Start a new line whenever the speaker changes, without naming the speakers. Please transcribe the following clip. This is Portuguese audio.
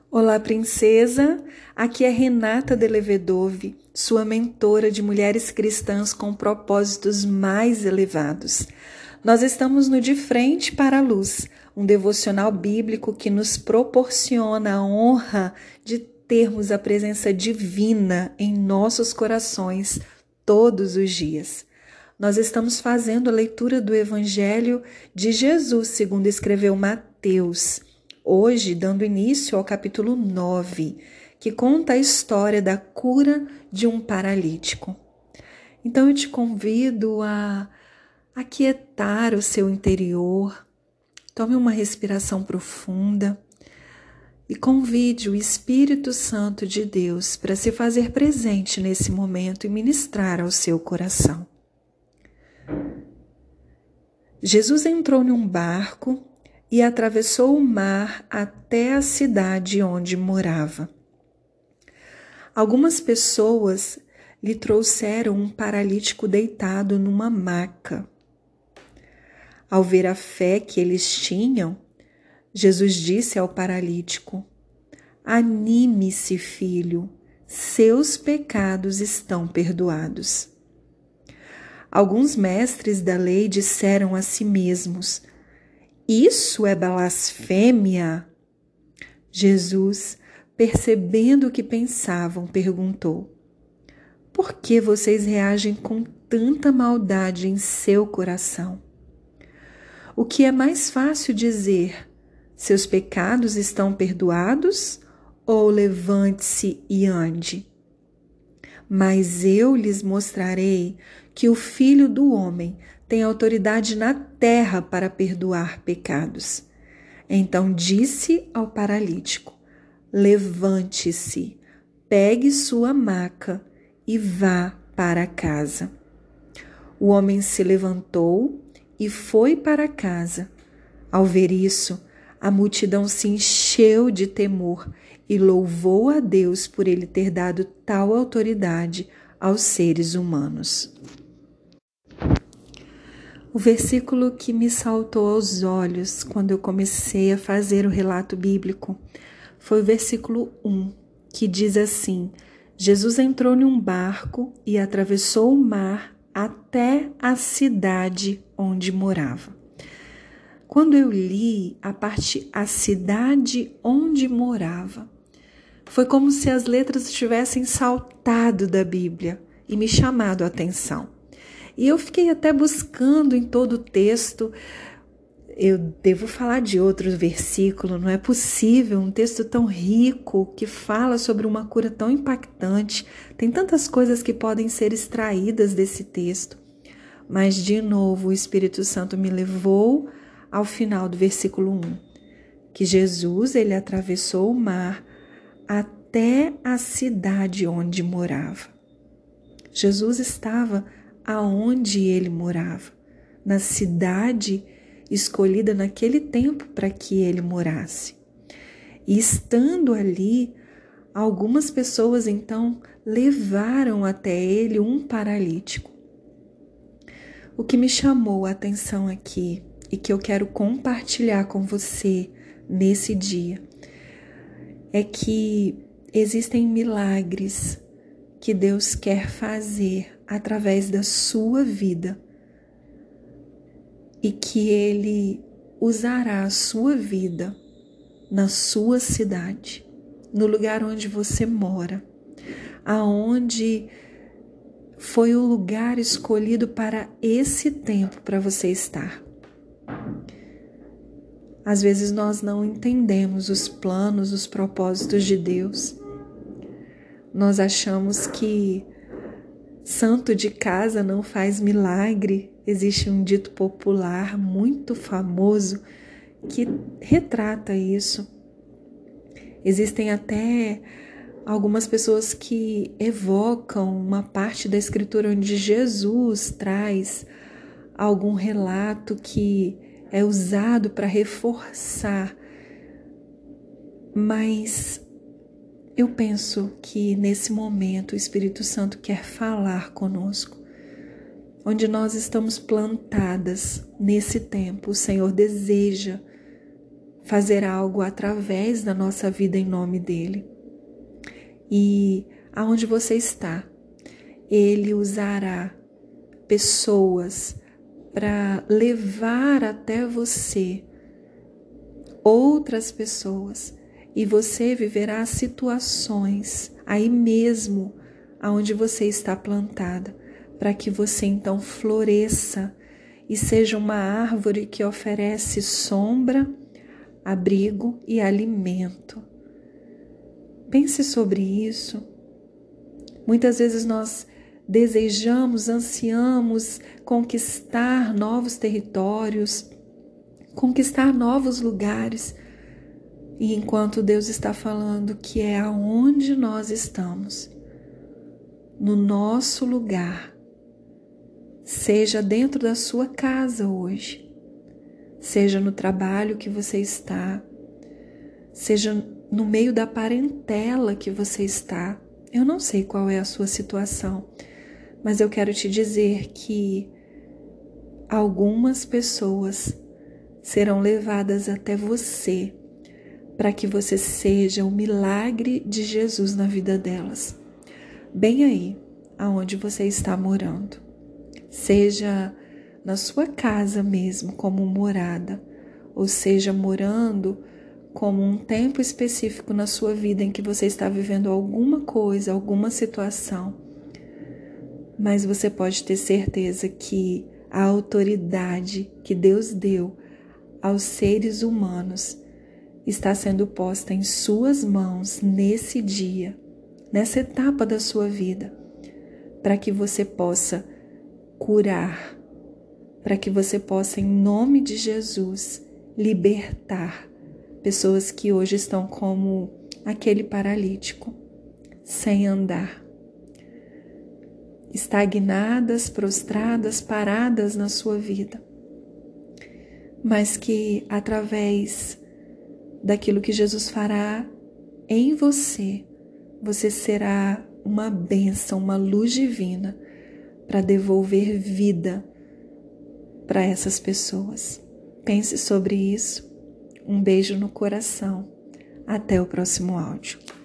Olá, princesa! Aqui é Renata Delevedove, sua mentora de mulheres cristãs com propósitos mais elevados. Nós estamos no De Frente para a Luz, um devocional bíblico que nos proporciona a honra de termos a presença divina em nossos corações todos os dias. Nós estamos fazendo a leitura do Evangelho de Jesus, segundo escreveu Mateus. Hoje, dando início ao capítulo 9, que conta a história da cura de um paralítico. Então eu te convido a aquietar o seu interior, tome uma respiração profunda e convide o Espírito Santo de Deus para se fazer presente nesse momento e ministrar ao seu coração. Jesus entrou num barco e atravessou o mar até a cidade onde morava. Algumas pessoas lhe trouxeram um paralítico deitado numa maca. Ao ver a fé que eles tinham, Jesus disse ao paralítico: "Anime-se, filho, seus pecados estão perdoados." Alguns mestres da lei disseram a si mesmos: "Isso é blasfêmia." Jesus, percebendo o que pensavam, perguntou: "Por que vocês reagem com tanta maldade em seu coração? O que é mais fácil dizer: seus pecados estão perdoados, ou levante-se e ande? Mas eu lhes mostrarei que o Filho do Homem tem autoridade na terra para perdoar pecados." Então disse ao paralítico: "Levante-se, pegue sua maca e vá para casa." O homem se levantou e foi para casa. Ao ver isso, a multidão se encheu de temor e louvou a Deus por ele ter dado tal autoridade aos seres humanos. O versículo que me saltou aos olhos quando eu comecei a fazer o relato bíblico foi o versículo 1, que diz assim: Jesus entrou em um barco e atravessou o mar até a cidade onde morava. Quando eu li a parte "a cidade onde morava", foi como se as letras tivessem saltado da Bíblia e me chamado a atenção. E eu fiquei até buscando em todo o texto. Eu devo falar de outro versículo, não é possível, um texto tão rico que fala sobre uma cura tão impactante. Tem tantas coisas que podem ser extraídas desse texto. Mas, de novo, o Espírito Santo me levou ao final do versículo 1, que Jesus, ele atravessou o mar até a cidade onde morava. Jesus estava aonde ele morava, na cidade escolhida naquele tempo para que ele morasse. E estando ali, algumas pessoas então levaram até ele um paralítico. O que me chamou a atenção aqui e que eu quero compartilhar com você nesse dia é que existem milagres que Deus quer fazer através da sua vida e que Ele usará a sua vida na sua cidade, no lugar onde você mora, aonde foi o lugar escolhido para esse tempo para você estar. Às vezes nós não entendemos os planos, os propósitos de Deus. Nós achamos que santo de casa não faz milagre. Existe um dito popular muito famoso que retrata isso. Existem até algumas pessoas que evocam uma parte da Escritura onde Jesus traz algum relato que é usado para reforçar. Mas eu penso que nesse momento o Espírito Santo quer falar conosco. Onde nós estamos plantadas nesse tempo, o Senhor deseja fazer algo através da nossa vida em nome dele. E aonde você está, ele usará pessoas para levar até você outras pessoas, e você viverá situações aí mesmo aonde você está plantada, para que você então floresça e seja uma árvore que oferece sombra, abrigo e alimento. Pense sobre isso. Muitas vezes nós desejamos, ansiamos conquistar novos territórios, conquistar novos lugares, e enquanto Deus está falando que é aonde nós estamos, no nosso lugar, seja dentro da sua casa hoje, seja no trabalho que você está, seja no meio da parentela que você está. Eu não sei qual é a sua situação, mas eu quero te dizer que algumas pessoas serão levadas até você para que você seja o milagre de Jesus na vida delas. Bem aí, aonde você está morando. Seja na sua casa mesmo, como morada, ou seja, morando como um tempo específico na sua vida em que você está vivendo alguma coisa, alguma situação. Mas você pode ter certeza que a autoridade que Deus deu aos seres humanos está sendo posta em suas mãos nesse dia, nessa etapa da sua vida, para que você possa curar, para que você possa, em nome de Jesus, libertar pessoas que hoje estão como aquele paralítico, sem andar, estagnadas, prostradas, paradas na sua vida, mas que através daquilo que Jesus fará em você, você será uma bênção, uma luz divina para devolver vida para essas pessoas. Pense sobre isso. Um beijo no coração. Até o próximo áudio.